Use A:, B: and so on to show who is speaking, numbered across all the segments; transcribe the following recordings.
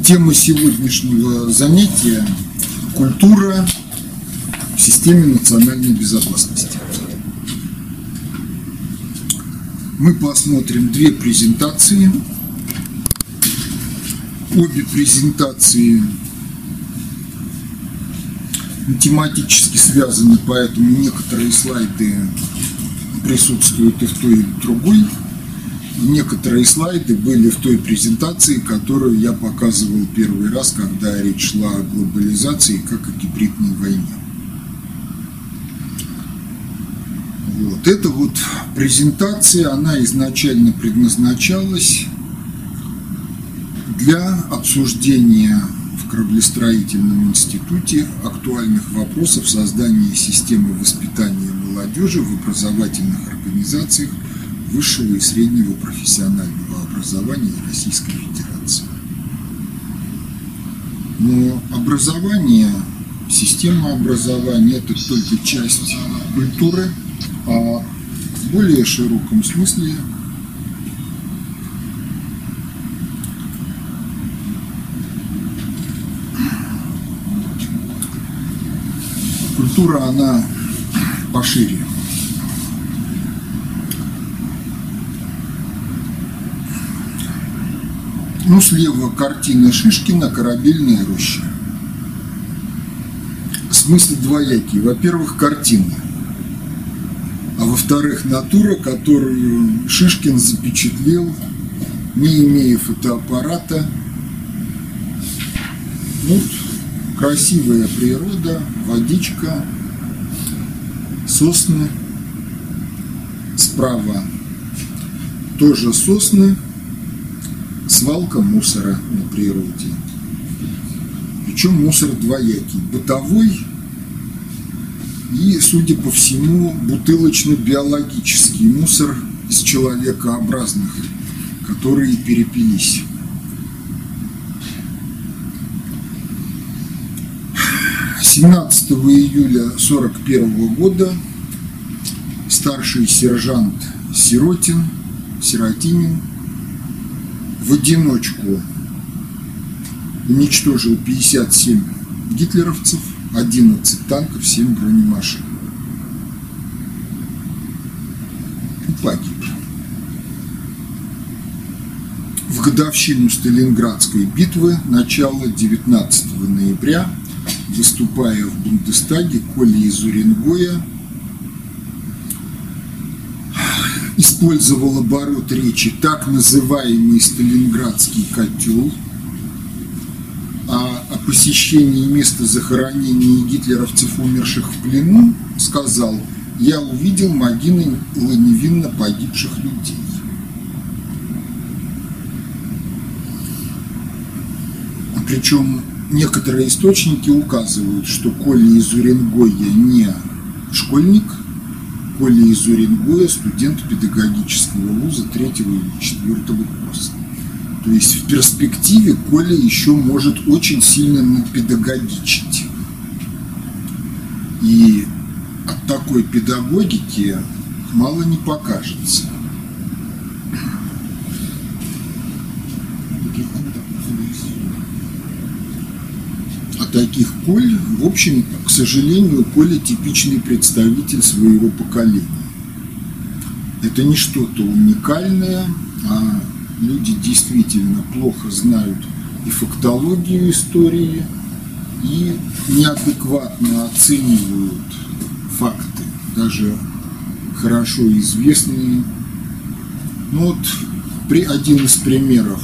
A: Тема сегодняшнего занятия – культура в системе национальной безопасности. Мы посмотрим две презентации. Обе презентации тематически связаны, поэтому некоторые слайды присутствуют и в той, и в другой. Некоторые слайды были в той презентации, которую я показывал первый раз, когда речь шла о глобализации как о гибридной войне. Вот. Эта вот презентация, она изначально предназначалась для обсуждения в кораблестроительном институте актуальных вопросов создания системы воспитания молодежи в образовательных организациях высшего и среднего профессионального образования Российской Федерации. Но образование, система образования – это только часть культуры, а в более широком смысле культура, она пошире. Ну, слева картина Шишкина «Корабельная роща». Смысл двоякий. Во-первых, картина. А во-вторых, натура, которую Шишкин запечатлел, не имея фотоаппарата. Вот красивая природа, водичка, сосны. Справа тоже сосны. Свалка мусора на природе. Причем мусор двоякий. Бытовой и, судя по всему, бутылочно-биологический мусор из человекообразных, которые перепились. – 17 июля 1941 года старший сержант Сиротинин в одиночку уничтожил 57 гитлеровцев, 11 танков, 7 бронемашин. И погиб. В годовщину Сталинградской битвы, начало 19 ноября, выступая в Бундестаге, Коля из Уренгоя использовал оборот речи так называемый Сталинградский котел, а о посещении места захоронения гитлеровцев, умерших в плену, сказал: «Я увидел могилы невинно погибших людей». Причем некоторые источники указывают, что Коля из Уренгоя не школьник, Коля из Уренгоя студент педагогического вуза 3-го или 4-го курса. То есть в перспективе Коля еще может очень сильно напедагогичить. И от такой педагогики мало не покажется. А таких Коль, в общем, к сожалению, Коля типичный представитель своего поколения. Это не что-то уникальное, а люди действительно плохо знают и фактологию истории, и неадекватно оценивают факты, даже хорошо известные. Ну вот один из примеров.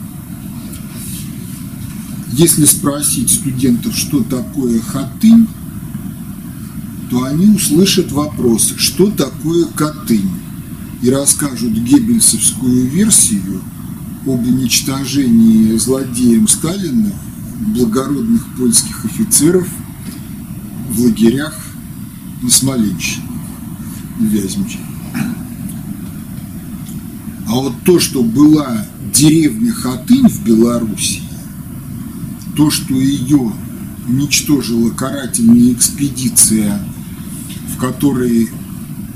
A: Если спросить студентов, что такое Хатынь, то они услышат вопрос, что такое Катынь, и расскажут геббельсовскую версию об уничтожении злодеем Сталина благородных польских офицеров в лагерях на Смоленщине, в Вязьме. А вот то, что была деревня Хатынь в Белоруссии, то, что ее уничтожила карательная экспедиция, в которой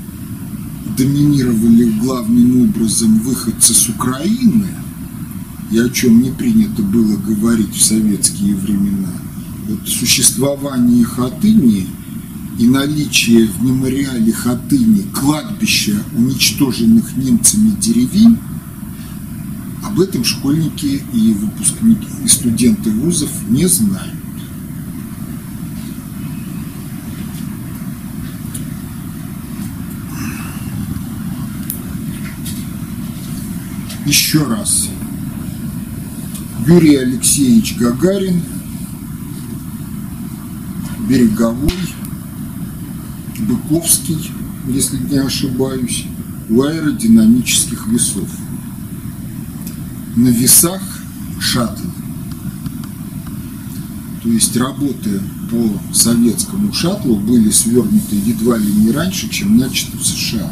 A: доминировали главным образом выходцы с Украины, и о чем не принято было говорить в советские времена. Вот существование Хатыни и наличие в мемориале Хатыни кладбища уничтоженных немцами деревень, об этом школьники и выпускники, и студенты вузов не знают. Еще раз. Юрий Алексеевич Гагарин, Береговой, Быковский, если не ошибаюсь, у аэродинамических весов. На весах шаттл. То есть работы по советскому шаттлу были свернуты едва ли не раньше, чем начаты в США.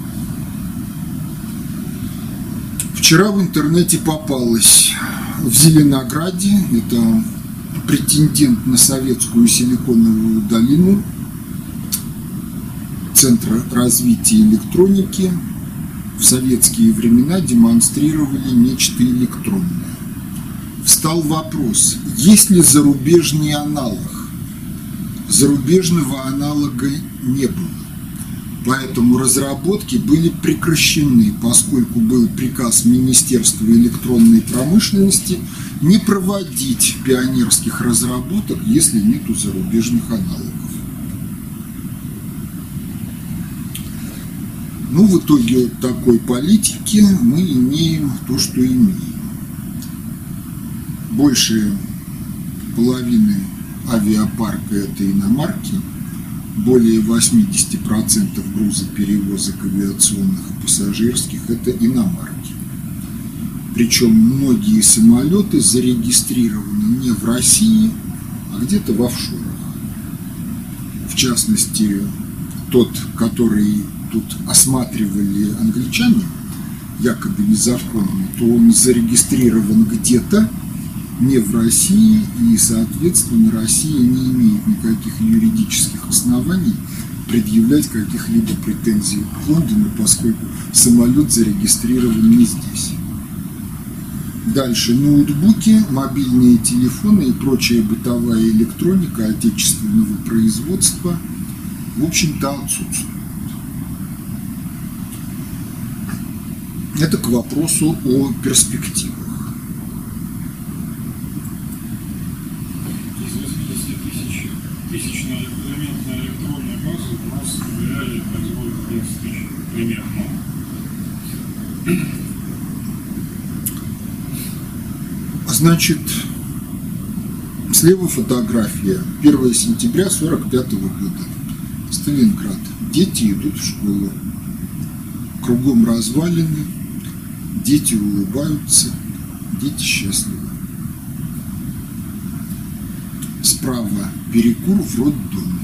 A: Вчера в интернете попалось в Зеленограде, это претендент на советскую силиконовую долину, Центр развития электроники, в советские времена демонстрировали нечто электронное. Встал вопрос, есть ли зарубежный аналог? Зарубежного аналога не было. Поэтому разработки были прекращены, поскольку был приказ Министерства электронной промышленности не проводить пионерских разработок, если нету зарубежных аналогов. Ну, в итоге от такой политики мы имеем то, что имеем. Больше половины авиапарка – это иномарки. Более 80% грузоперевозок авиационных и пассажирских – это иномарки. Причем многие самолеты зарегистрированы не в России, а где-то в офшорах. В частности, тот, который тут осматривали англичане, якобы незаконно, то он зарегистрирован где-то не в России, и, соответственно, Россия не имеет никаких юридических оснований предъявлять каких-либо претензий к Лондону, поскольку самолет зарегистрирован не здесь. Дальше ноутбуки, мобильные телефоны и прочая бытовая электроника отечественного производства, в общем-то, отсутствуют. Это к вопросу о перспективах.
B: Тысяч на элементная электронная база у нас в реале производит 11 тысяч примерно.
A: Значит, слева фотография. 1 сентября 1945 года. Сталинград. Дети идут в школу. Кругом развалины. Дети улыбаются. Дети счастливы. Справа перекур в роддоме.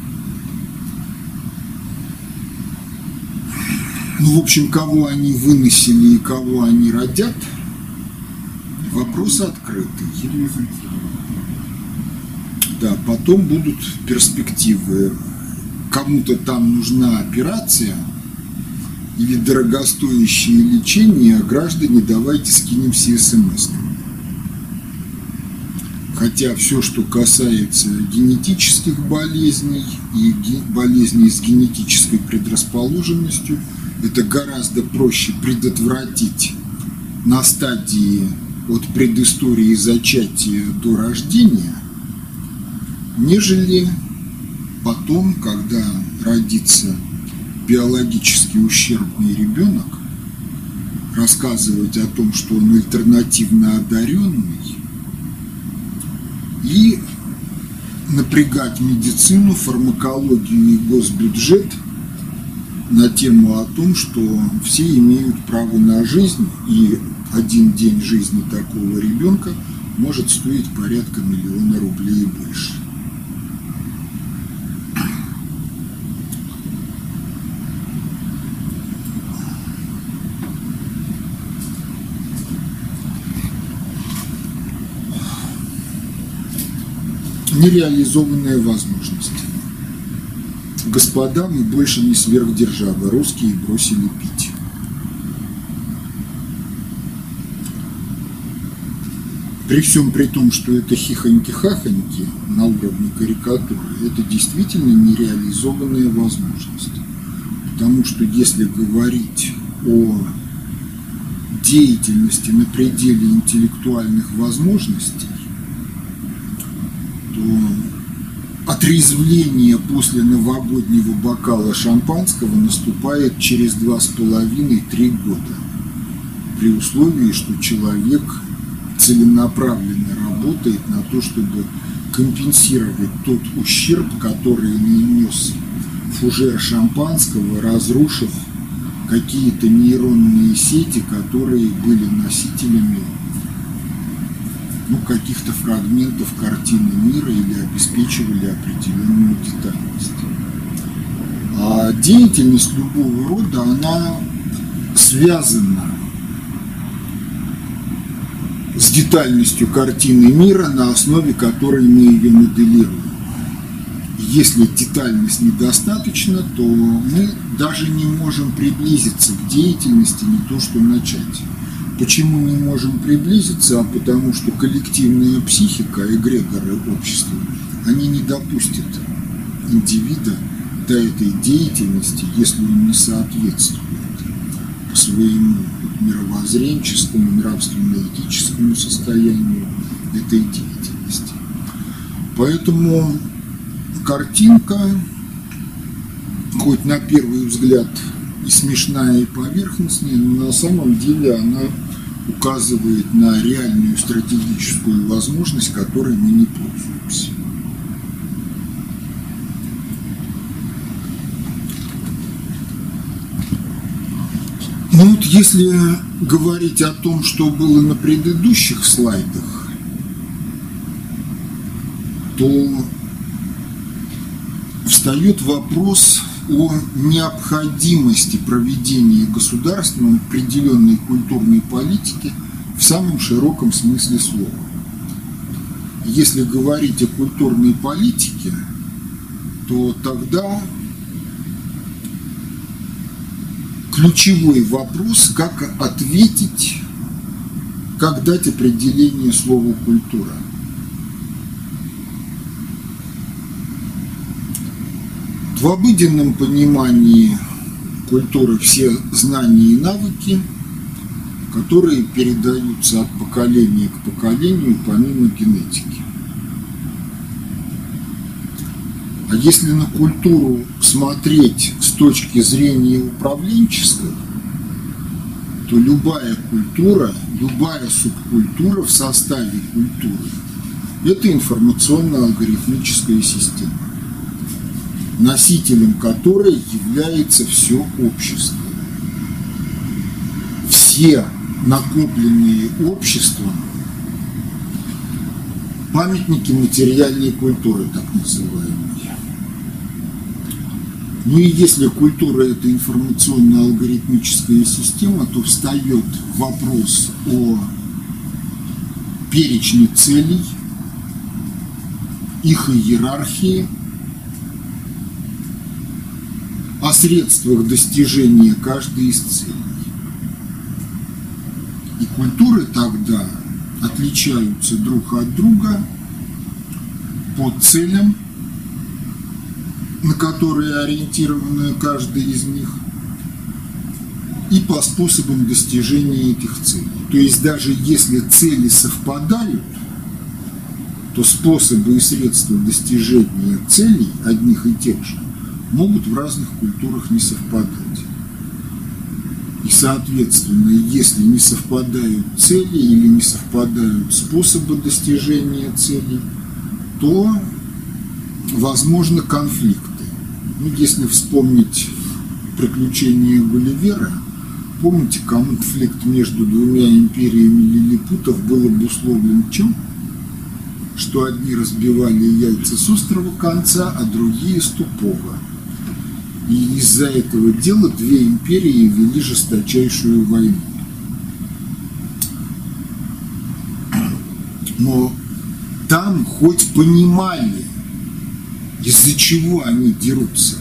A: Ну, в общем, кого они выносили и кого они родят, вопрос открытый. Да, потом будут перспективы. Кому-то там нужна операция или дорогостоящее лечение, а граждане, давайте скинем все смс. Хотя все, что касается генетических болезней и болезней с генетической предрасположенностью, это гораздо проще предотвратить на стадии от предыстории зачатия до рождения, нежели потом, когда родится биологически ущербный ребенок, рассказывать о том, что он альтернативно одаренный, и напрягать медицину, фармакологию и госбюджет на тему о том, что все имеют право на жизнь, и один день жизни такого ребенка может стоить порядка 1 000 000 рублей и больше. Нереализованная возможность. Господа, мы больше не сверхдержава. Русские бросили пить. При всем при том, что это хихоньки-хахоньки на уровне карикатуры, это действительно нереализованная возможность. Потому что если говорить о деятельности на пределе интеллектуальных возможностей, то отрезвление после новогоднего бокала шампанского наступает через 2,5-3 года, при условии, что человек целенаправленно работает на то, чтобы компенсировать тот ущерб, который нанес фужер шампанского, разрушив какие-то нейронные сети, которые были носителями каких-то фрагментов картины мира или обеспечивали определенную детальность. А деятельность любого рода, она связана с детальностью картины мира, на основе которой мы ее моделируем. Если детальность недостаточна, то мы даже не можем приблизиться к деятельности, не то что начать. Почему не можем приблизиться? А потому что коллективная психика, эгрегоры общества, они не допустят индивида до этой деятельности, если он не соответствует по своему мировоззренческому, нравственно-этическому состоянию этой деятельности. Поэтому картинка, хоть на первый взгляд и смешная, и поверхностная, но на самом деле она указывает на реальную стратегическую возможность, которой мы не пользуемся. Ну вот если говорить о том, что было на предыдущих слайдах, то встает вопрос о необходимости проведения государством определенной культурной политики в самом широком смысле слова. Если говорить о культурной политике, то тогда ключевой вопрос, как ответить, как дать определение слову «культура». В обыденном понимании культуры все знания и навыки, которые передаются от поколения к поколению помимо генетики. А если на культуру смотреть с точки зрения управленческой, то любая культура, любая субкультура в составе культуры – это информационно-алгоритмическая система, носителем которой является все общество. Все накопленные обществом памятники материальной культуры, так называемые. Ну и если культура – это информационно-алгоритмическая система, то встает вопрос о перечне целей, их иерархии, о средствах достижения каждой из целей. И культуры тогда отличаются друг от друга по целям, на которые ориентированы каждая из них, и по способам достижения этих целей. То есть даже если цели совпадают, то способы и средства достижения целей одних и тех же могут в разных культурах не совпадать. И, соответственно, если не совпадают цели или не совпадают способы достижения целей, то возможны конфликты. Ну, если вспомнить приключения Гулливера, помните, конфликт между двумя империями лилипутов был обусловлен чем? Что одни разбивали яйца с острого конца, а другие с тупого. И из-за этого дела две империи вели жесточайшую войну. Но там хоть понимали, из-за чего они дерутся.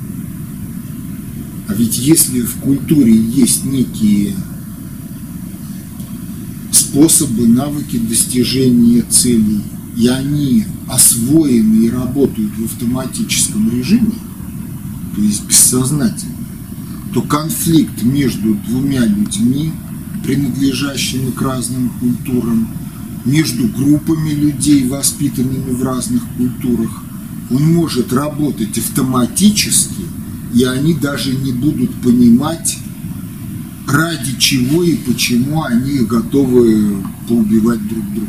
A: А ведь если в культуре есть некие способы, навыки достижения целей, и они освоены и работают в автоматическом режиме, то есть бессознательно, то конфликт между двумя людьми, принадлежащими к разным культурам, между группами людей, воспитанными в разных культурах, он может работать автоматически, и они даже не будут понимать, ради чего и почему они готовы поубивать друг друга.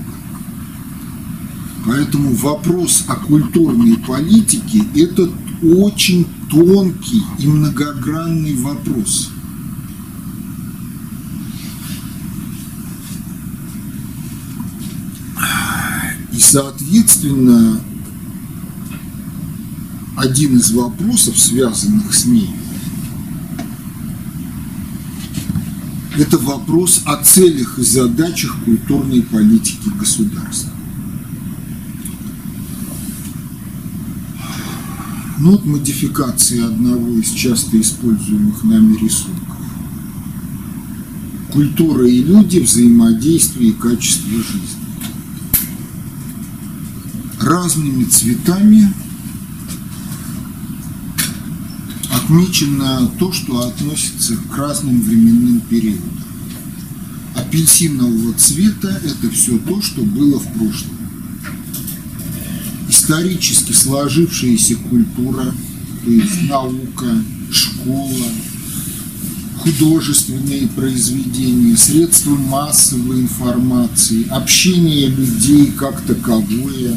A: Поэтому вопрос о культурной политике – это очень тонкий и многогранный вопрос. И, соответственно, один из вопросов, связанных с ней, это вопрос о целях и задачах культурной политики государства. Ну вот модификации одного из часто используемых нами рисунков. Культура и люди, взаимодействие и качество жизни. Разными цветами отмечено то, что относится к разным временным периодам. Апельсинового цвета – это все то, что было в прошлом. Исторически сложившаяся культура, то есть наука, школа, художественные произведения, средства массовой информации, общение людей как таковое,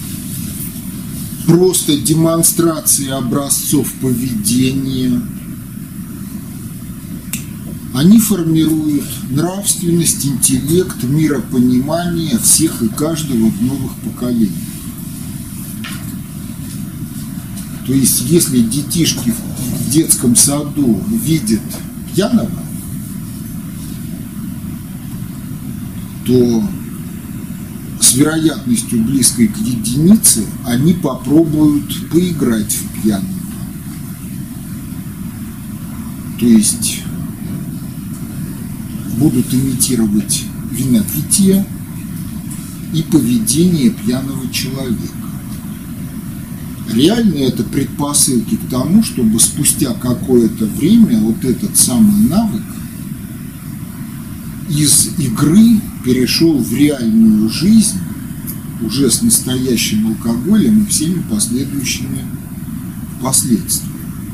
A: просто демонстрации образцов поведения. Они формируют нравственность, интеллект, миропонимание всех и каждого в новых поколениях. То есть, если детишки в детском саду видят пьяного, то с вероятностью близкой к единице они попробуют поиграть в пьяного. То есть будут имитировать винопитие и поведение пьяного человека. Реально это предпосылки к тому, чтобы спустя какое-то время вот этот самый навык из игры перешел в реальную жизнь уже с настоящим алкоголем и всеми последующими последствиями.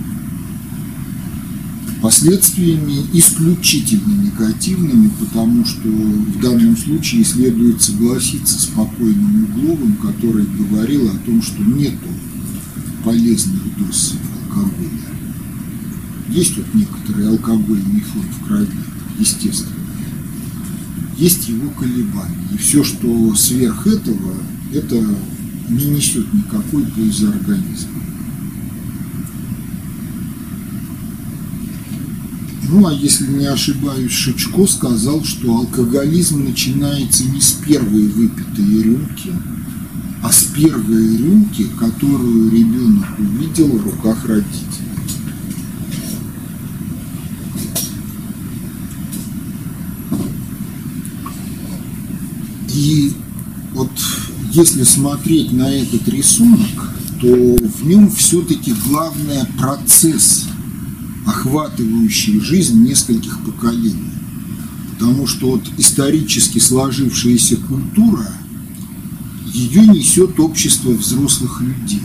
A: Последствиями исключительно негативными, потому что в данном случае следует согласиться с покойным Угловым, который говорил о том, что нету полезных доз алкоголя. Есть вот некоторый алкогольный фон в крови, естественно. Есть его колебания. И все, что сверх этого, это не несет никакой пользы организму. Ну, а если не ошибаюсь, Шичко сказал, что алкоголизм начинается не с первой выпитой рюмки, а с первой рюмки, которую ребенок увидел в руках родителей. И вот если смотреть на этот рисунок, то в нем все-таки главное процесс, охватывающий жизнь нескольких поколений. Потому что вот исторически сложившаяся культура, ее несет общество взрослых людей.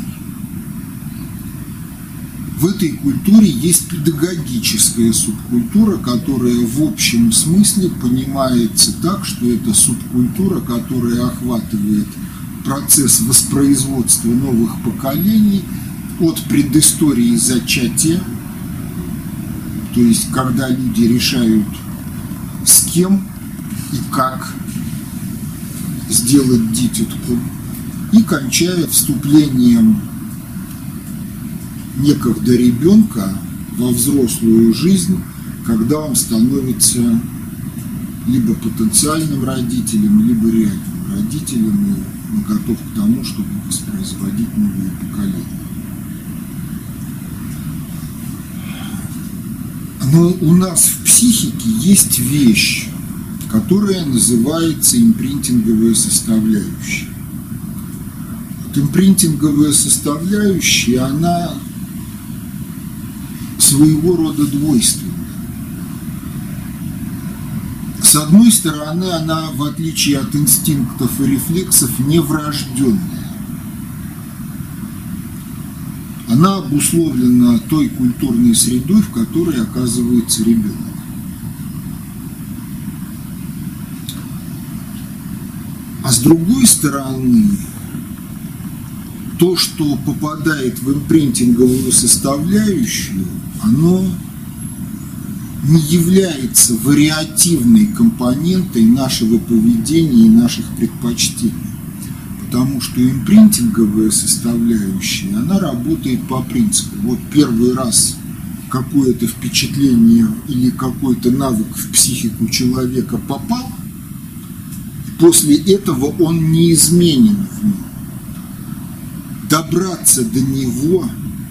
A: В этой культуре есть педагогическая субкультура, которая в общем смысле понимается так, что это субкультура, которая охватывает процесс воспроизводства новых поколений от предыстории зачатия, то есть когда люди решают, с кем и как сделать дитятку, и кончая вступлением некогда ребенка во взрослую жизнь, когда он становится либо потенциальным родителем, либо реальным родителем и готов к тому, чтобы воспроизводить новые поколения. Но у нас в психике есть вещь, которая называется импринтинговая составляющая. Вот импринтинговая составляющая, она своего рода двойственная. С одной стороны, она, в отличие от инстинктов и рефлексов, не врожденная. Она обусловлена той культурной средой, в которой оказывается ребенок. А с другой стороны, то, что попадает в импринтинговую составляющую, оно не является вариативной компонентой нашего поведения и наших предпочтений. Потому что импринтинговая составляющая, она работает по принципу. Вот первый раз какое-то впечатление или какой-то навык в психику человека попал, и после этого он неизменен в нем. Добраться до него,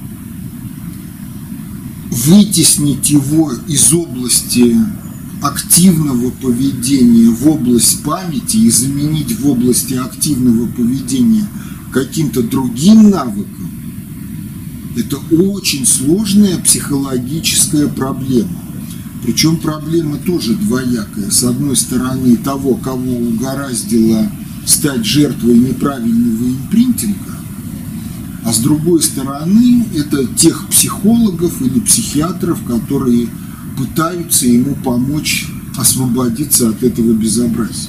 A: вытеснить его из области активного поведения в область памяти и заменить в области активного поведения каким-то другим навыком, это очень сложная психологическая проблема. Причем проблема тоже двоякая. С одной стороны, того, кого угораздило стать жертвой неправильного импринтинга, а с другой стороны, это тех психологов или психиатров, которые пытаются ему помочь освободиться от этого безобразия.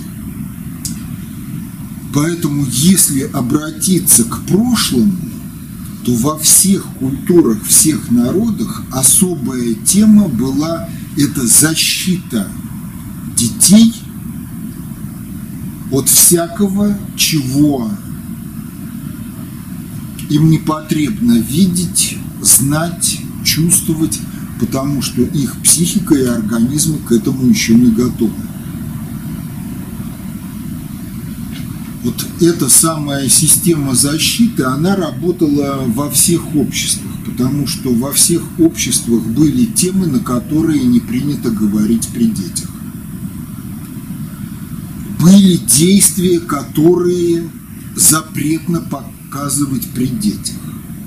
A: Поэтому, если обратиться к прошлому, то во всех культурах, всех народах особая тема была это защита детей от всякого, чего им не потребно видеть, знать, чувствовать, потому что их психика и организм к этому еще не готовы. Вот эта самая система защиты, она работала во всех обществах, потому что во всех обществах были темы, на которые не принято говорить при детях. Были действия, которые запретно показывать при детях.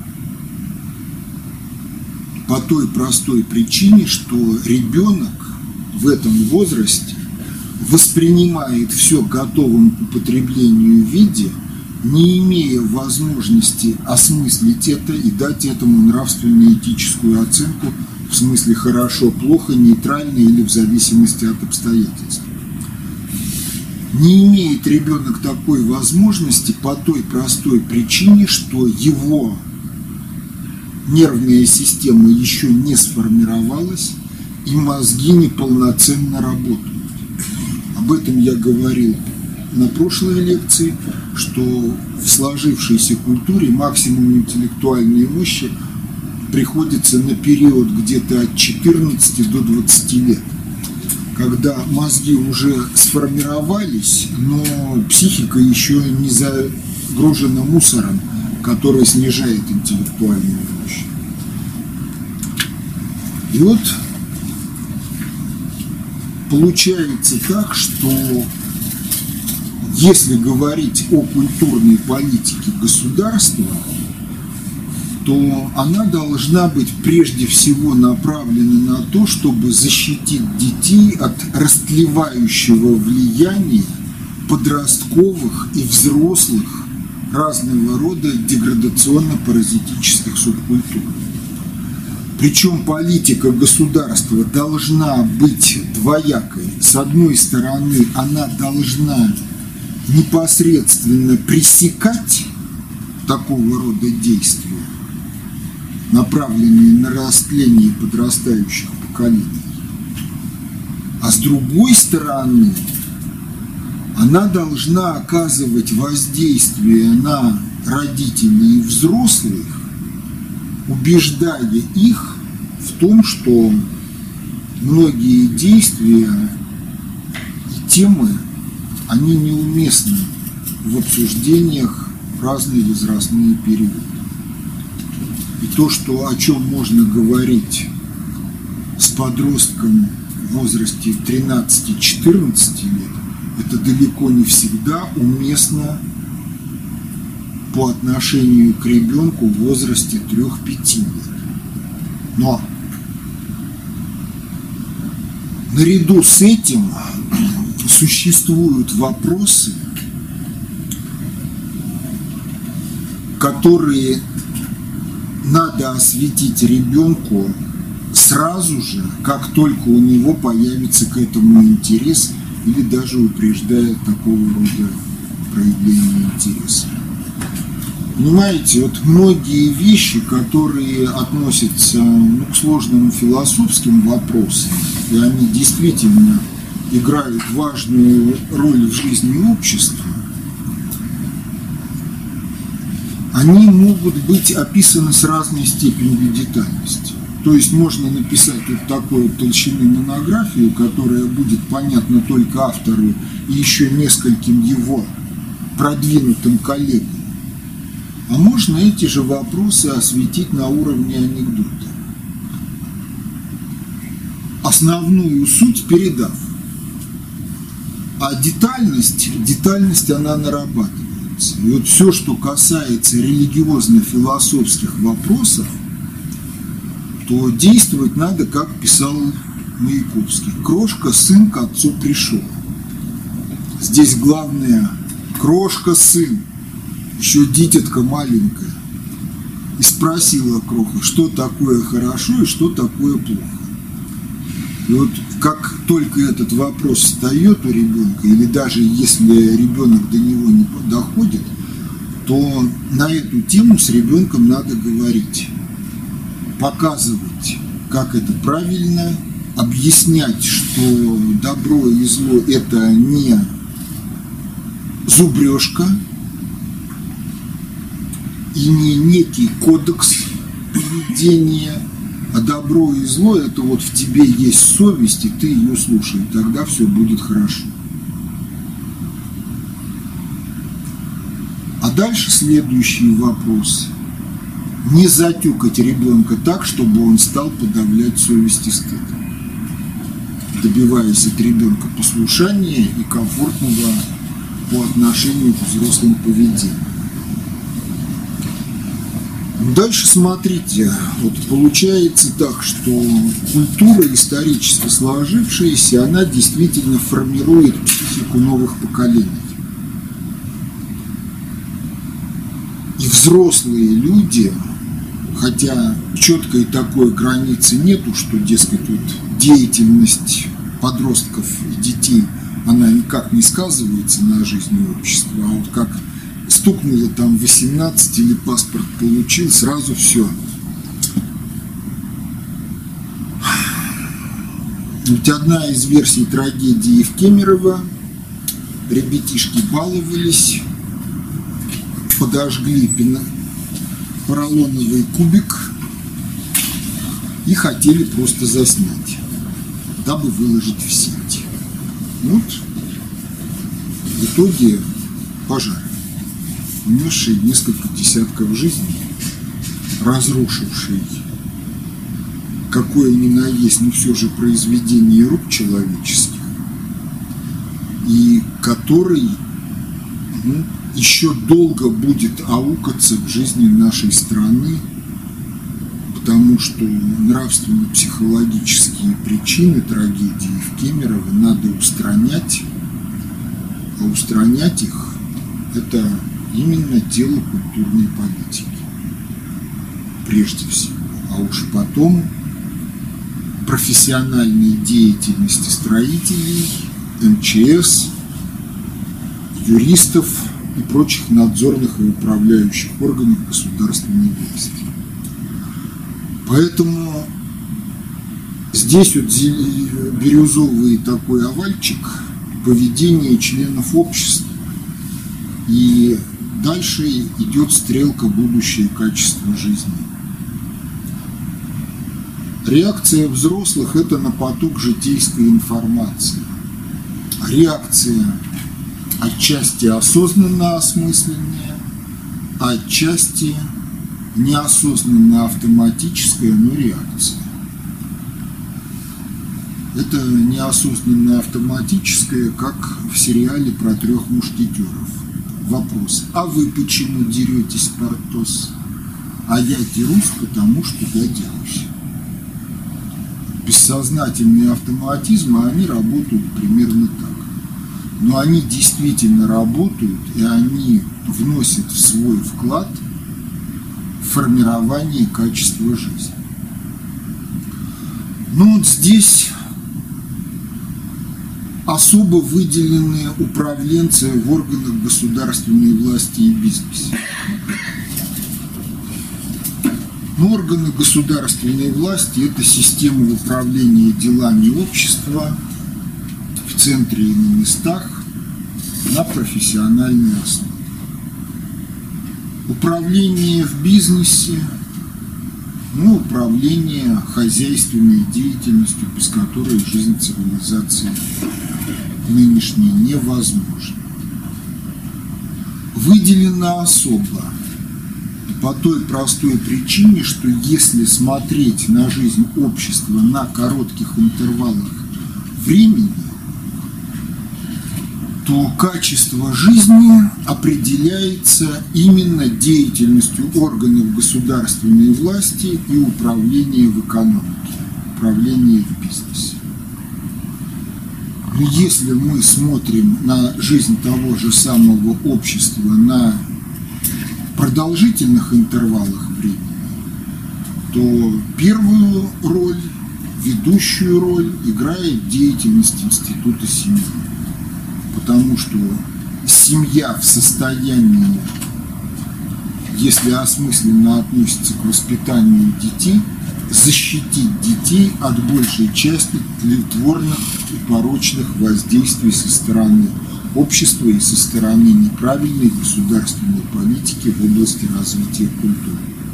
A: По той простой причине, что ребенок в этом возрасте воспринимает все готовым к употреблению виде, не имея возможности осмыслить это и дать этому нравственно-этическую оценку в смысле хорошо, плохо, нейтрально или в зависимости от обстоятельств. Не имеет ребенок такой возможности по той простой причине, что его нервная система еще не сформировалась, и мозги неполноценно работают. Об этом я говорил на прошлой лекции, что в сложившейся культуре максимум интеллектуальной мощи приходится на период где-то от 14 до 20 лет, когда мозги уже сформировались, но психика еще не загружена мусором, который снижает интеллектуальную мощь. И вот получается так, что если говорить о культурной политике государства, то она должна быть прежде всего направлена на то, чтобы защитить детей от растлевающего влияния подростковых и взрослых разного рода деградационно-паразитических субкультур. Причем политика государства должна быть двоякой. С одной стороны, она должна непосредственно пресекать такого рода действия, направленные на растление подрастающих поколений. А с другой стороны, она должна оказывать воздействие на родителей и взрослых, убеждая их в том, что многие действия и темы, они неуместны в обсуждениях в разные возрастные периоды. И то, что, о чем можно говорить с подростком в возрасте 13-14 лет, это далеко не всегда уместно по отношению к ребенку в возрасте 3-5 лет. Но наряду с этим существуют вопросы, которые надо осветить ребенку сразу же, как только у него появится к этому интерес, или даже упреждая такого рода проявление интереса. Понимаете, вот многие вещи, которые относятся к сложным философским вопросам, и они действительно играют важную роль в жизни общества, они могут быть описаны с разной степенью детальности. То есть можно написать вот такой толщины монографию, которая будет понятна только автору и еще нескольким его продвинутым коллегам. А можно эти же вопросы осветить на уровне анекдота, основную суть передав. А детальность она нарабатывается. И вот все, что касается религиозно-философских вопросов, то действовать надо, как писал Маяковский. Крошка, сын, к отцу пришел. Здесь главное крошка, сын, еще дитятка маленькая. И спросила кроха, что такое хорошо и что такое плохо. И вот как только этот вопрос встает у ребенка, или даже если ребенок до него не доходит, то на эту тему с ребенком надо говорить, показывать, как это правильно, объяснять, что добро и зло – это не зубрежка и не некий кодекс поведения, а добро и зло – это вот в тебе есть совесть, и ты ее слушай, и тогда все будет хорошо. А дальше следующий вопрос. Не затюкать ребенка так, чтобы он стал подавлять совесть и стыд, добиваясь от ребенка послушания и комфортного по отношению к взрослым поведению. Дальше смотрите, вот получается так, что культура исторически сложившаяся, она действительно формирует психику новых поколений. И взрослые люди, хотя четкой такой границы нету, что, дескать, вот деятельность подростков и детей, она никак не сказывается на жизни общества, а вот как стукнуло там 18 или паспорт получил, сразу все. Ведь одна из версий трагедии Евкемерова: ребятишки баловались, подожгли поролоновый кубик и хотели просто заснять, дабы выложить в сеть. Вот в итоге пожар, унесший несколько десятков жизней, разрушивший какое ни на есть, но все же произведение рук человеческих, и который еще долго будет аукаться в жизни нашей страны, потому что нравственно-психологические причины трагедии Евкемерова надо устранять, а устранять их – это именно дело культурной политики, прежде всего, а уж потом профессиональной деятельности строителей, МЧС, юристов и прочих надзорных и управляющих органов государственной власти. Поэтому здесь вот бирюзовый такой овальчик поведения членов общества, и дальше идет стрелка будущее качества жизни. Реакция взрослых – это на поток житейской информации. Реакция отчасти осознанно осмысленная, а отчасти неосознанно автоматическая, но реакция. Это неосознанное автоматическое, как в сериале про 3 мушкетеров. Вопрос: а вы почему деретесь, Портос? А я дерусь, потому что я дерусь. Бессознательные автоматизмы, они работают примерно так. Но они действительно работают, и они вносят в свой вклад в формирование качества жизни. Ну вот здесь особо выделены управленцы в органах государственной власти и бизнеса. Но органы государственной власти – это система управления делами общества в центре и на местах на профессиональной основе. Управление в бизнесе, управление хозяйственной деятельностью, без которой жизнь цивилизации нынешней невозможна. Выделено особо по той простой причине, что если смотреть на жизнь общества на коротких интервалах времени, то качество жизни определяется именно деятельностью органов государственной власти и управления в экономике, управления в бизнесе. Но если мы смотрим на жизнь того же самого общества на продолжительных интервалах времени, то первую роль, ведущую роль играет деятельность института семьи. Потому что семья в состоянии, если осмысленно относится к воспитанию детей, защитить детей от большей части тлетворных и порочных воздействий со стороны общества и со стороны неправильной государственной политики в области развития культуры.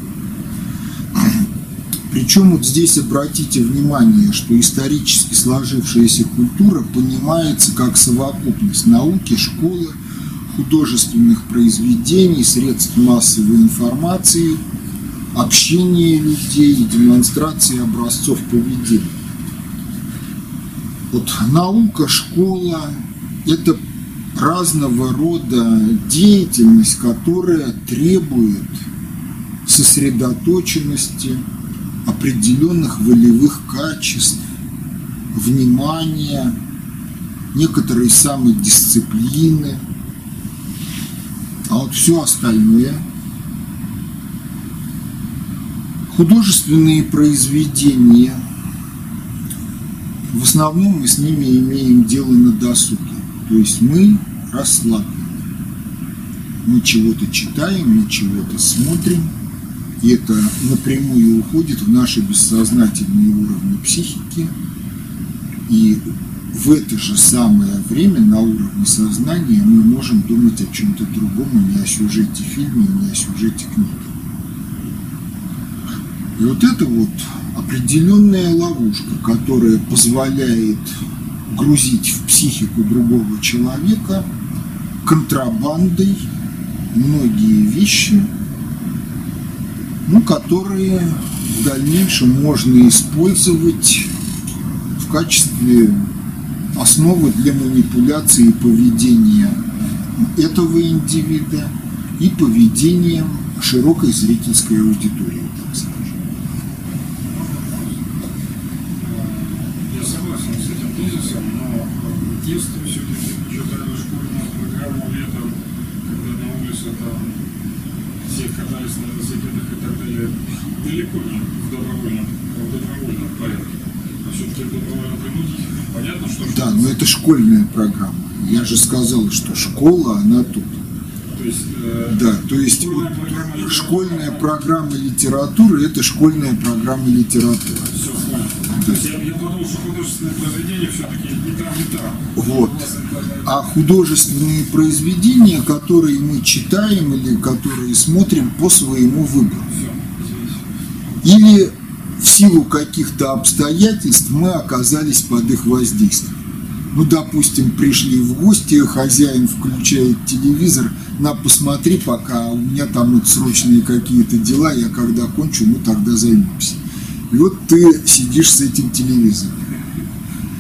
A: Причем вот здесь обратите внимание, что исторически сложившаяся культура понимается как совокупность науки, школы, художественных произведений, средств массовой информации, общения людей и демонстрации образцов поведения. Вот наука, школа – это разного рода деятельность, которая требует сосредоточенности, определенных волевых качеств, внимания, некоторой самодисциплины. А вот все остальное, художественные произведения, в основном мы с ними имеем дело на досуге. То есть мы расслаблены. Мы чего-то читаем, мы чего-то смотрим. И это напрямую уходит в наши бессознательные уровни психики. И в это же самое время на уровне сознания мы можем думать о чем-то другом, а не о сюжете фильма, не о сюжете книги. И вот это вот определенная ловушка, которая позволяет грузить в психику другого человека контрабандой многие вещи, которые в дальнейшем можно использовать в качестве основы для манипуляции поведения этого индивида и поведением широкой зрительской аудитории, так скажем.
B: Я согласен с этим тезисом, но в детстве все-таки читали школьную программу летом, когда на улице там все катались на велосипедах и так далее, далеко не в добровольном порядке. А все-таки добровольно принудить, понятно, что...
A: Да, но это школьная программа. Я же сказал, что школа, она тут.
B: То есть,
A: да, то есть школьная программа литературы – это школьная программа литературы.
B: Все, понял. Я подумал, что художественные произведения все-таки не там, не там.
A: Вот. А художественные произведения, которые мы читаем или которые смотрим по своему выбору. Или в силу каких-то обстоятельств мы оказались под их воздействием. Допустим, пришли в гости, хозяин включает телевизор, посмотри, пока у меня там срочные какие-то дела, я когда кончу, тогда займемся. И вот ты сидишь с этим телевизором.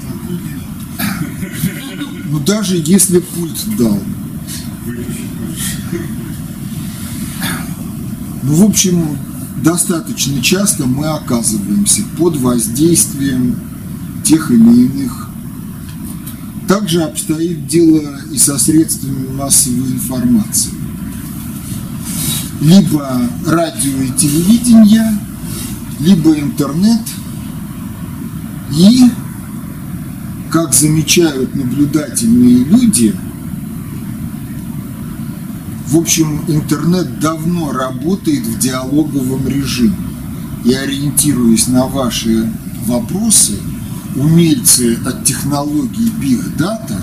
A: Ну, даже если пульт дал. Ну, в общем, достаточно часто мы оказываемся под воздействием тех или иных. Также обстоит дело и со средствами массовой информации. Либо радио и телевидение, либо интернет. И, как замечают наблюдательные люди, в общем, интернет давно работает в диалоговом режиме. И, ориентируясь на ваши вопросы, умельцы от технологий Big Data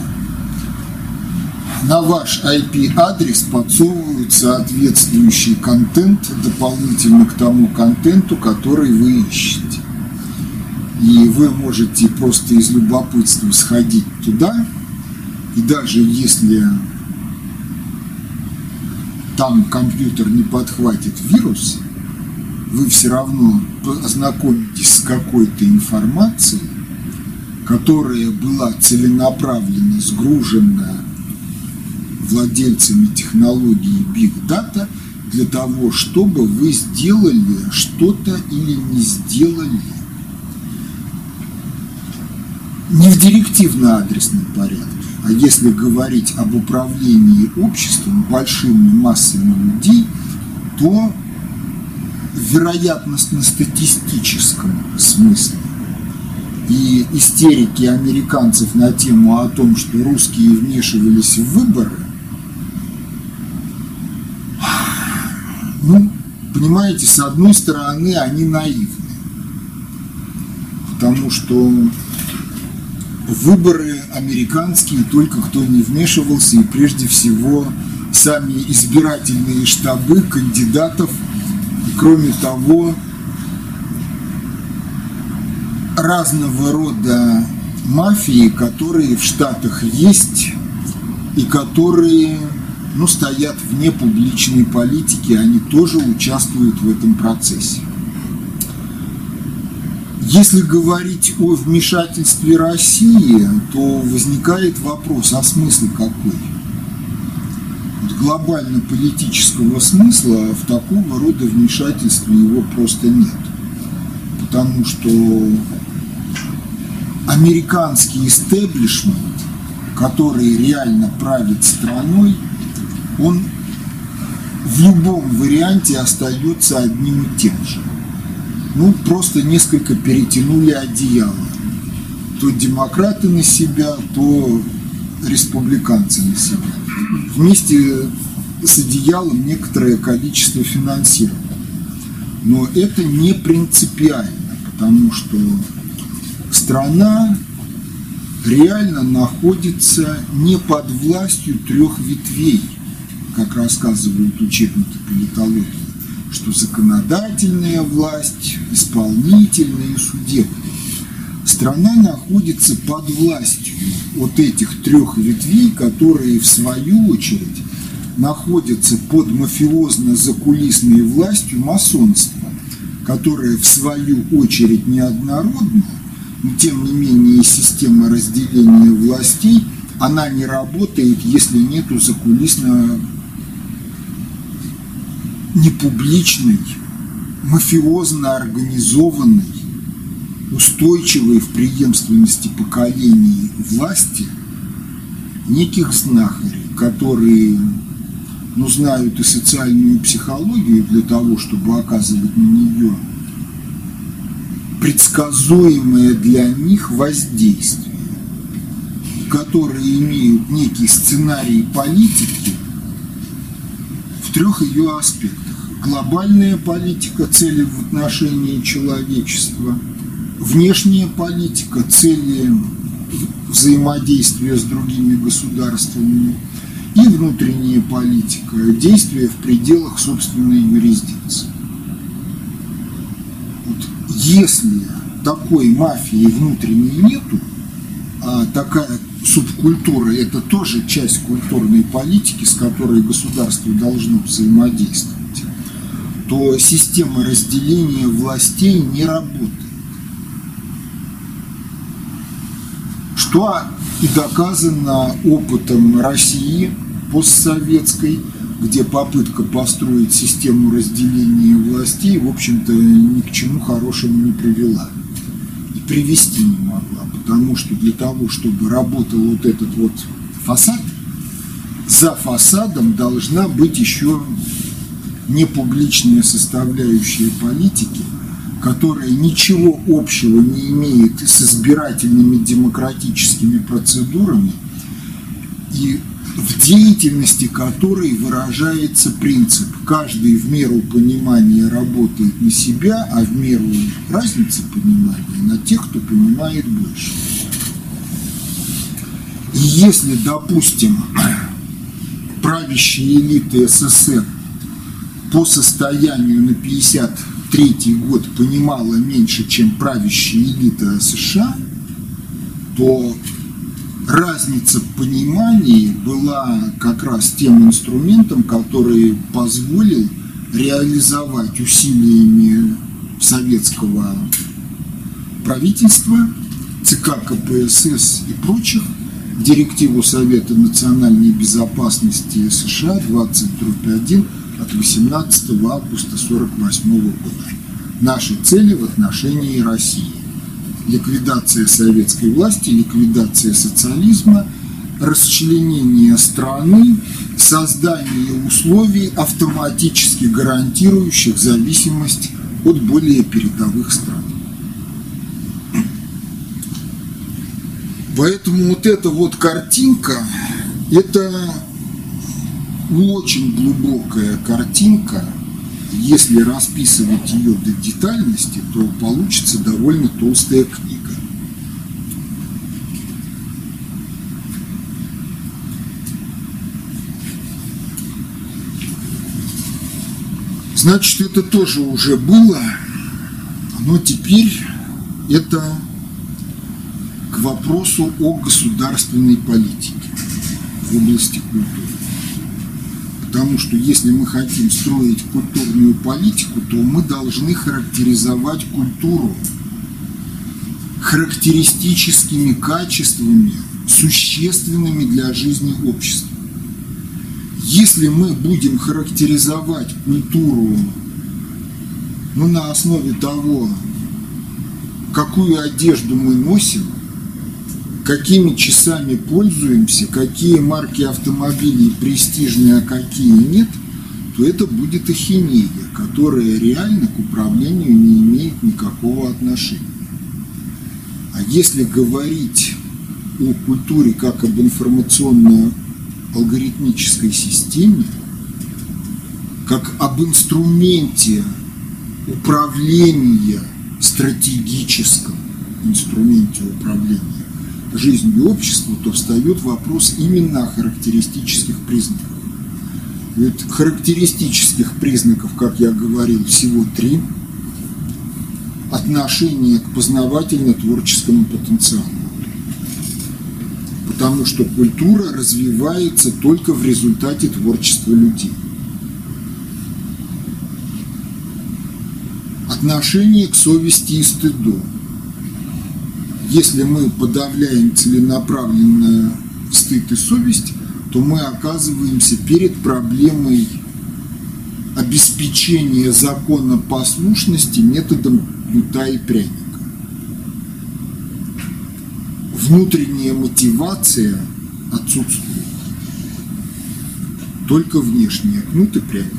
A: на ваш IP-адрес подсовывают соответствующий контент дополнительно к тому контенту, который вы ищете. И вы можете просто из любопытства сходить туда, и даже если там компьютер не подхватит вирус, вы все равно ознакомитесь с какой-то информацией, которая была целенаправленно сгружена владельцами технологии Big Data для того, чтобы вы сделали что-то или не сделали. Не в директивно-адресном порядке, а если говорить об управлении обществом большими массами людей, то в вероятностно-статистическом смысле. И истерики американцев на тему о том, что русские вмешивались в выборы, ну, понимаете, с одной стороны, они наивны, потому что выборы американские только кто не вмешивался, и прежде всего сами избирательные штабы кандидатов, и кроме того, разного рода мафии, которые в Штатах есть и которые, ну, стоят вне публичной политики, они тоже участвуют в этом процессе. Если говорить о вмешательстве России, то возникает вопрос, а смысл какой? Вот глобально-политического смысла в такого рода вмешательстве его просто нет. Потому что американский истеблишмент, который реально правит страной, он в любом варианте остается одним и тем же. Ну, просто несколько перетянули одеяло. То демократы на себя, то республиканцы на себя. Вместе с одеялом некоторое количество финансирования. Но это не принципиально, потому что страна реально находится не под властью трех ветвей, как рассказывают учебники политологии, что законодательная власть, исполнительная и судебная. Страна находится под властью вот этих трех ветвей, которые в свою очередь находятся под мафиозно-закулисной властью масонства, которое в свою очередь неоднородно, но тем не менее система разделения властей, она не работает, если нету закулисно непубличной, мафиозно организованной, устойчивой в преемственности поколений власти неких знахарей, которые, ну, знают и социальную психологию для того, чтобы оказывать на нее предсказуемое для них воздействие, которые имеют некий сценарий политики в трех ее аспектах. Глобальная политика, цели в отношении человечества, внешняя политика, цели взаимодействия с другими государствами, и внутренняя политика, действия в пределах собственной юрисдикции. Вот если такой мафии внутренней нету, а такая субкультура – это тоже часть культурной политики, с которой государство должно взаимодействовать, то система разделения властей не работает. что и доказано опытом России постсоветской, где попытка построить систему разделения властей, в общем-то, ни к чему хорошему не привела. И привести не могла, потому что для того, чтобы работал вот этот вот фасад, за фасадом должна быть еще непубличная составляющая политики, которая ничего общего не имеет с избирательными демократическими процедурами и в деятельности которой выражается принцип: каждый в меру понимания работает на себя, а в меру разницы понимания на тех, кто понимает больше. И если, допустим, правящие элиты СССР по состоянию на 1953 год понимала меньше, чем правящая элита США, то разница в понимании была как раз тем инструментом, который позволил реализовать усилиями советского правительства, ЦК КПСС и прочих директиву Совета национальной безопасности США 20/1 от 18 августа 1948 года. Наши цели в отношении России: ликвидация советской власти, ликвидация социализма, расчленение страны, создание условий, автоматически гарантирующих зависимость от более передовых стран. Поэтому вот эта вот картинка, это очень глубокая картинка. Если расписывать ее до детальности, то получится довольно толстая книга. Значит, это тоже уже было, но теперь это к вопросу о государственной политике в области культуры. Потому что если мы хотим строить культурную политику, то мы должны характеризовать культуру характеристическими качествами, существенными для жизни общества. Если мы будем характеризовать культуру на основе того, какую одежду мы носим, какими часами пользуемся, какие марки автомобилей престижные, а какие нет, то это будет ахинея, которая реально к управлению не имеет никакого отношения. А если говорить о культуре как об информационно-алгоритмической системе, как об инструменте управления, стратегическом инструменте управления жизнью общества, то встает вопрос именно о характеристических признаках. Ведь характеристических признаков, как я говорил, всего 3. Отношение к познавательно-творческому потенциалу. Потому что культура развивается только в результате творчества людей. Отношение к совести и стыду. Если мы подавляем целенаправленно стыд и совесть, то мы оказываемся перед проблемой обеспечения законопослушности методом кнута и пряника. Внутренняя мотивация отсутствует. Только внешняя кнут и пряник.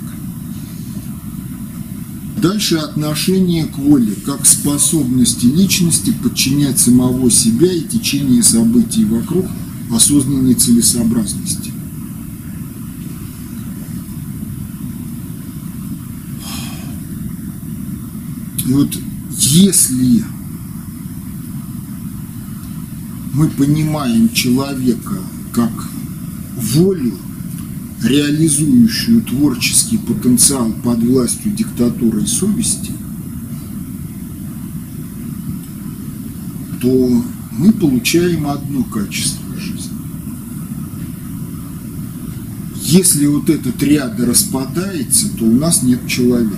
A: Дальше отношение к воле, как способности личности подчинять самого себя и течение событий вокруг осознанной целесообразности. И вот если мы понимаем человека как волю, реализующую творческий потенциал под властью диктатуры и совести, то мы получаем одно качество жизни. Если вот этот ряд распадается, то у нас нет человека.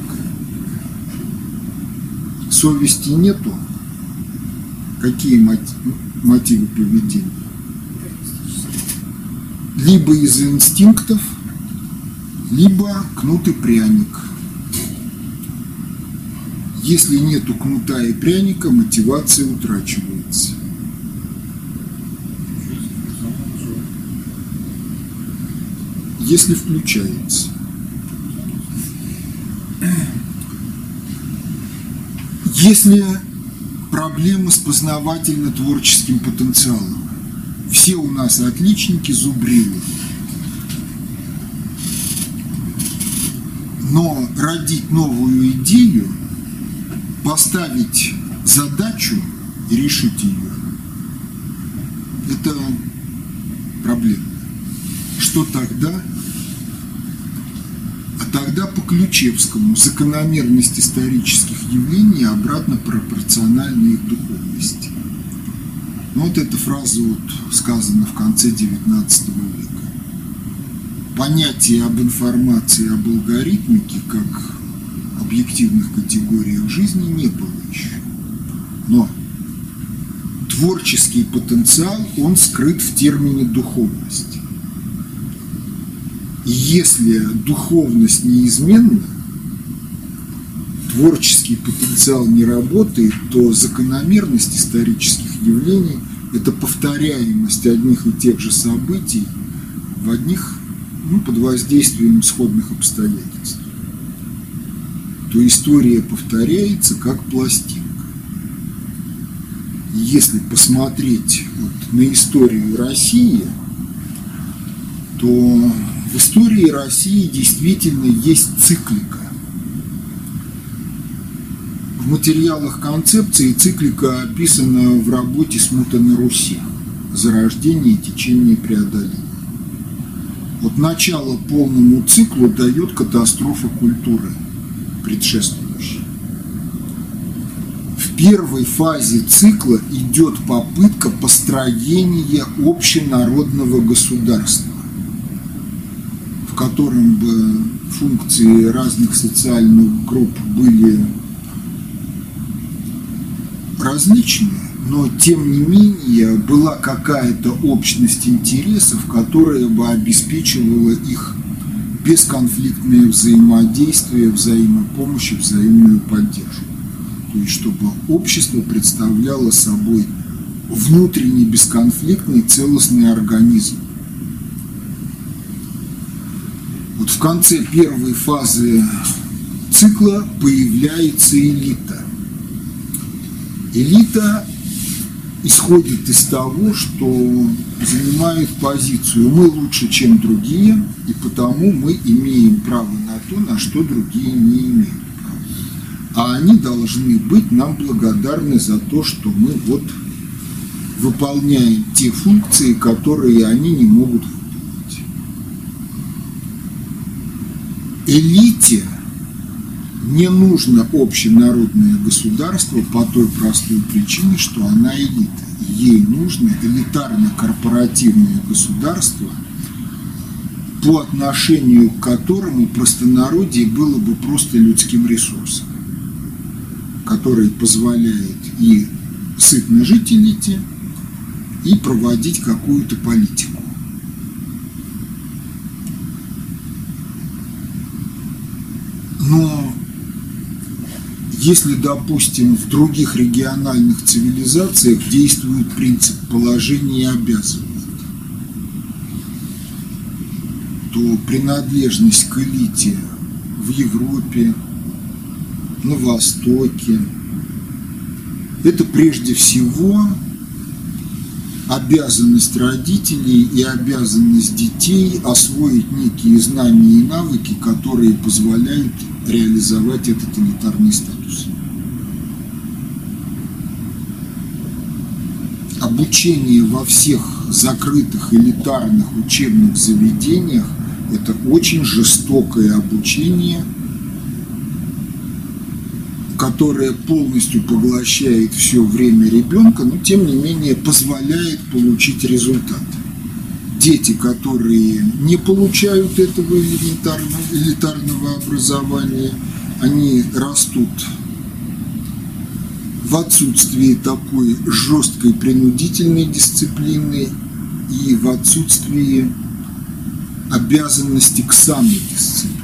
A: Совести нету. Какие мотивы поведения? Либо из инстинктов, либо кнут и пряник. Если нету кнута и пряника, мотивация утрачивается. Если включается. Если проблема с познавательно-творческим потенциалом. Все у нас отличники, зубрилы. Но родить новую идею, поставить задачу и решить ее – это проблема. Что тогда? А тогда по Ключевскому закономерность исторических явлений обратно пропорциональна их духовности. Вот эта фраза сказана в конце XIX века. Понятие об информации, об алгоритмике, как объективных категориях жизни не было еще. Но творческий потенциал, он скрыт в термине духовность. И если духовность неизменна, творческий потенциал не работает, то закономерность исторических явлений – это повторяемость одних и тех же событий в одних, под воздействием сходных обстоятельств. То история повторяется как пластинка. И если посмотреть на историю России, то в истории России действительно есть циклика. В материалах концепции циклика описана в работе «Смута на Руси. Зарождение, течение, преодоление». Начало полному циклу дает катастрофа культуры, предшествующая. В первой фазе цикла идет попытка построения общенародного государства, в котором бы функции разных социальных групп были различные, но тем не менее была какая-то общность интересов, которая бы обеспечивала их бесконфликтное взаимодействие, взаимопомощь и взаимную поддержку. То есть, чтобы общество представляло собой внутренний бесконфликтный целостный организм. В конце первой фазы цикла появляется элита. Элита исходит из того, что занимает позицию «мы лучше, чем другие, и потому мы имеем право на то, на что другие не имеют права. А они должны быть нам благодарны за то, что мы выполняем те функции, которые они не могут выполнить». Элите не нужно общенародное государство по той простой причине, что она элита. Ей нужно элитарно-корпоративное государство, по отношению к которому простонародье было бы просто людским ресурсом, который позволяет и сытно жить элите, и проводить какую-то политику. Но если, допустим, в других региональных цивилизациях действует принцип положения обязывает, то принадлежность к элите в Европе, на Востоке – это прежде всего обязанность родителей и обязанность детей освоить некие знания и навыки, которые позволяют реализовать этот элитарный статус. Обучение во всех закрытых элитарных учебных заведениях – это очень жестокое обучение, которое полностью поглощает все время ребенка, но тем не менее позволяет получить результат. Дети, которые не получают этого элитарного образования, они растут в в отсутствии такой жесткой принудительной дисциплины и в отсутствии обязанности к самодисциплине.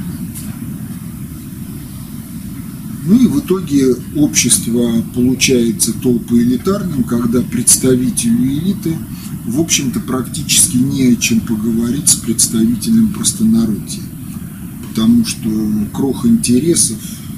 A: Ну и в итоге общество получается толпоэлитарным, когда представителю элиты, в общем-то, практически не о чем поговорить с представителем простонародья, потому что крох интересов,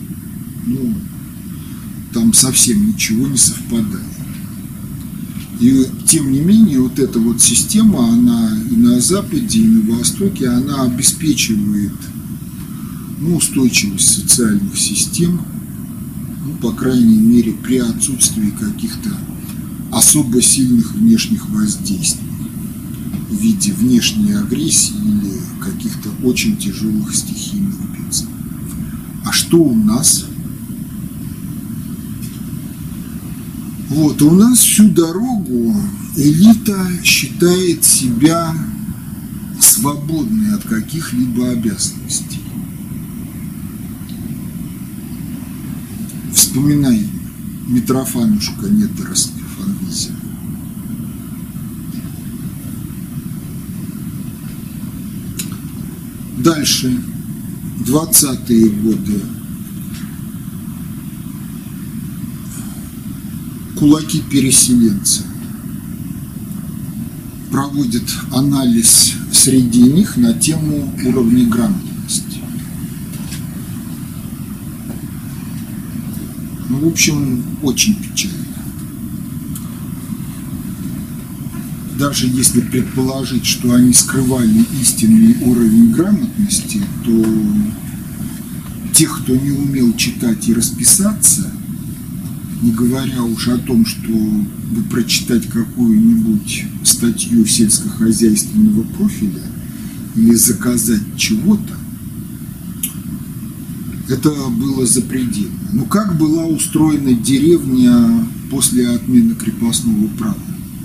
A: там совсем ничего не совпадает. И тем не менее, вот эта вот система, она и на Западе, и на Востоке, она обеспечивает устойчивость социальных систем, по крайней мере, при отсутствии каких-то особо сильных внешних воздействий в виде внешней агрессии или каких-то очень тяжелых стихийных бедствий. А что у нас? Вот, у нас всю дорогу элита считает себя свободной от каких-либо обязанностей. Вспоминай Митрофанушка Нетерост Фанвизин. Дальше, 20-е годы. Кулаки-переселенцы проводят анализ среди них на тему уровня грамотности. В общем, очень печально. Даже если предположить, что они скрывали истинный уровень грамотности, то тех, кто не умел читать и расписаться, не говоря уж о том, чтобы прочитать какую-нибудь статью сельскохозяйственного профиля или заказать чего-то, это было запредельно. Но как была устроена деревня после отмены крепостного права?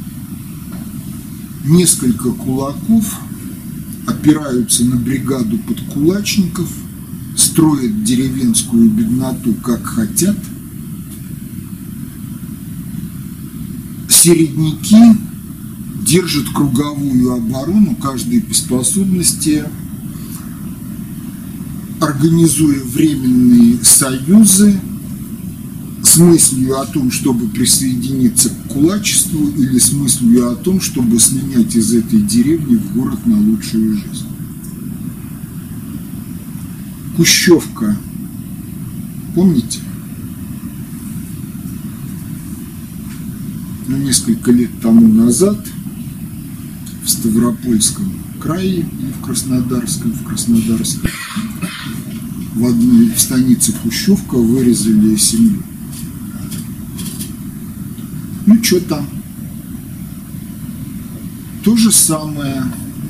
A: Несколько кулаков опираются на бригаду подкулачников, строят деревенскую бедноту как хотят. Середняки держат круговую оборону, каждый по способности, организуя временные союзы с мыслью о том, чтобы присоединиться к кулачеству или с мыслью о том, чтобы слинять из этой деревни в город на лучшую жизнь. Кущевка. Помните? Несколько лет тому назад в Ставропольском крае или в Краснодарском, в одной станице Кущевка вырезали семью. Ну, что там? То же самое,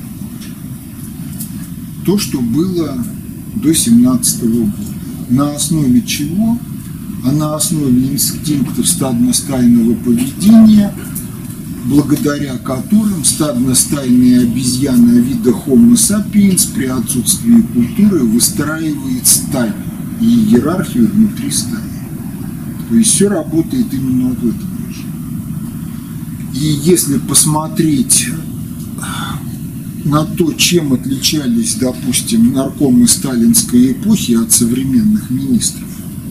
A: то, что было до 17 года. На основе чего? А на основе инстинктов стадно-стайного поведения, благодаря которым стадно-стайные обезьяны вида Homo sapiens при отсутствии культуры выстраивает стаю и иерархию внутри стаи. То есть все работает именно в этом режиме. И если посмотреть на то, чем отличались, допустим, наркомы сталинской эпохи от современных министров,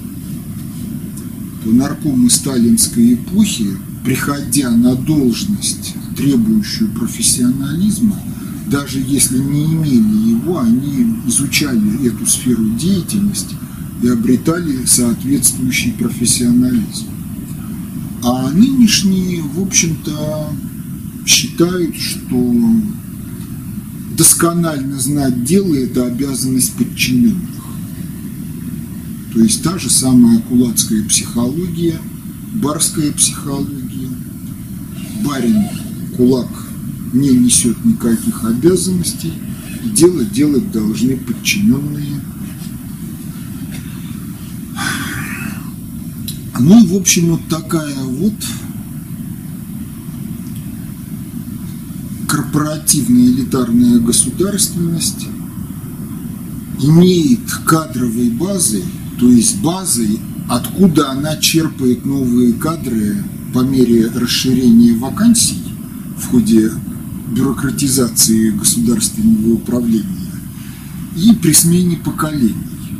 A: то наркомы сталинской эпохи, приходя на должность, требующую профессионализма, даже если не имели его, они изучали эту сферу деятельности и обретали соответствующий профессионализм. А нынешние, в общем-то, считают, что досконально знать дело – это обязанность подчиненных. То есть та же самая кулацкая психология, барская психология. Барин, кулак не несет никаких обязанностей, и дело делать должны подчиненные. Ну и, в общем, вот такая вот корпоративная элитарная государственность имеет кадровой базой, то есть базой откуда она черпает новые кадры по мере расширения вакансий в ходе бюрократизации государственного управления и при смене поколений.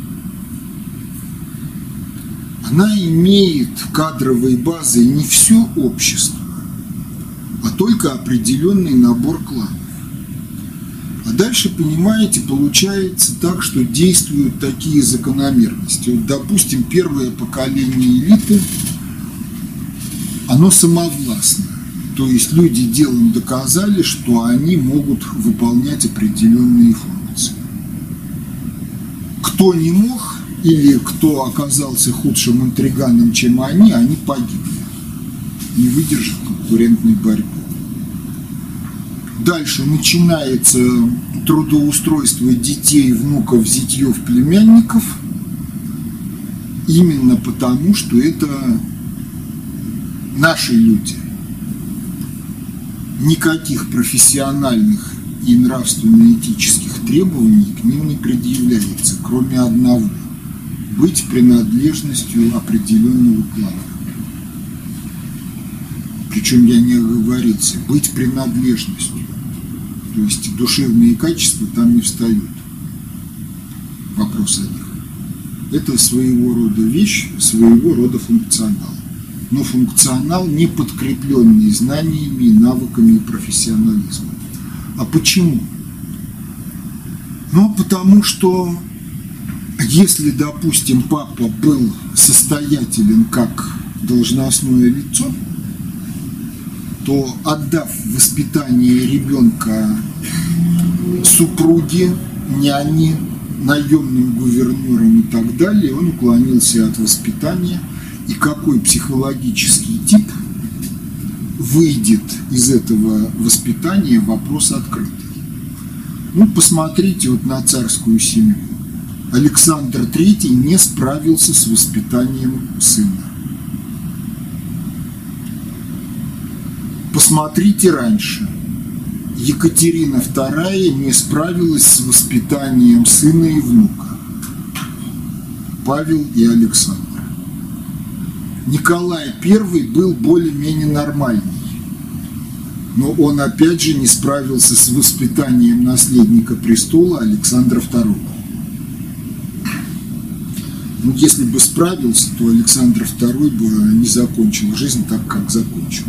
A: Она имеет кадровой базой не все общество, а только определенный набор кланов. А дальше, понимаете, получается так, что действуют такие закономерности. Вот, допустим, первое поколение элиты, оно самовластно. То есть люди делом доказали, что они могут выполнять определенные функции. Кто не мог или кто оказался худшим интриганом, чем они погибли, не выдержав конкурентной борьбы. Дальше начинается трудоустройство детей, внуков, зятьев, племянников, именно потому, что это наши люди. Никаких профессиональных и нравственно-этических требований к ним не предъявляется, кроме одного – быть принадлежностью определенного клана. Причем я не оговорился, быть принадлежностью. То есть душевные качества там не встают. Вопрос о них. Это своего рода вещь, своего рода функционал. Но функционал, не подкрепленный знаниями, навыками и профессионализмом. А почему? Ну, потому что если, допустим, папа был состоятелен как должностное лицо, то, отдав воспитание ребенка супруге, няне, наемным гувернерам и так далее, он уклонился от воспитания. И какой психологический тип выйдет из этого воспитания, вопрос открытый. Ну, посмотрите вот на царскую семью. Александр III не справился с воспитанием сына. Посмотрите раньше. Екатерина II не справилась с воспитанием сына и внука. Павел и Александр. Николай I был более-менее нормальный, но он опять же не справился с воспитанием наследника престола Александра II. Ну, если бы справился, то Александр II бы не закончил жизнь так, как закончил.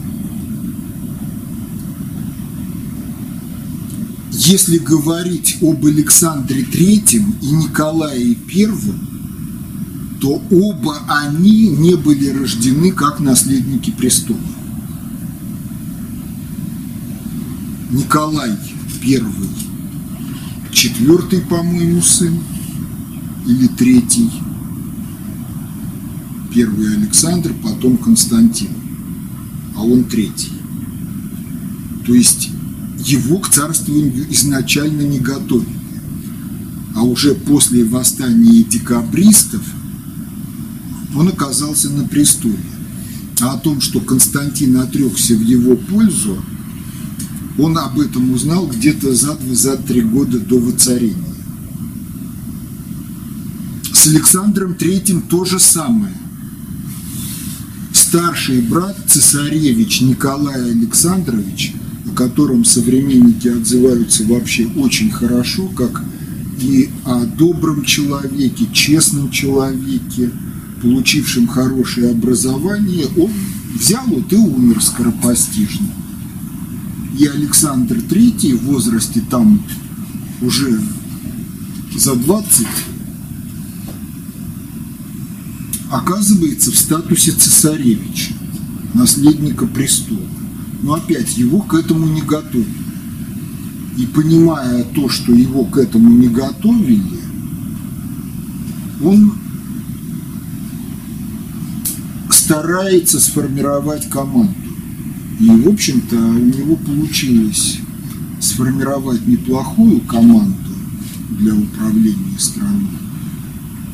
A: Если говорить об Александре III и Николае I, то оба они не были рождены как наследники престола. Николай I, 4-й, по-моему, сын, или 3-й. Первый Александр, потом Константин, а он 3-й. То есть его к царствованию изначально не готовили. А уже после восстания декабристов он оказался на престоле. А о том, что Константин отрекся в его пользу, он об этом узнал где-то за 2-3 года до воцарения. С Александром III то же самое. Старший брат, цесаревич Николай Александрович, о котором современники отзываются вообще очень хорошо, как и о добром человеке, честном человеке, получившим хорошее образование, он взял вот и умер скоропостижно. И Александр III в возрасте там уже за 20 оказывается в статусе цесаревича, наследника престола. Но опять его к этому не готовили. И понимая то, что его к этому не готовили, он старается сформировать команду. И, в общем-то, у него получилось сформировать неплохую команду для управления страной.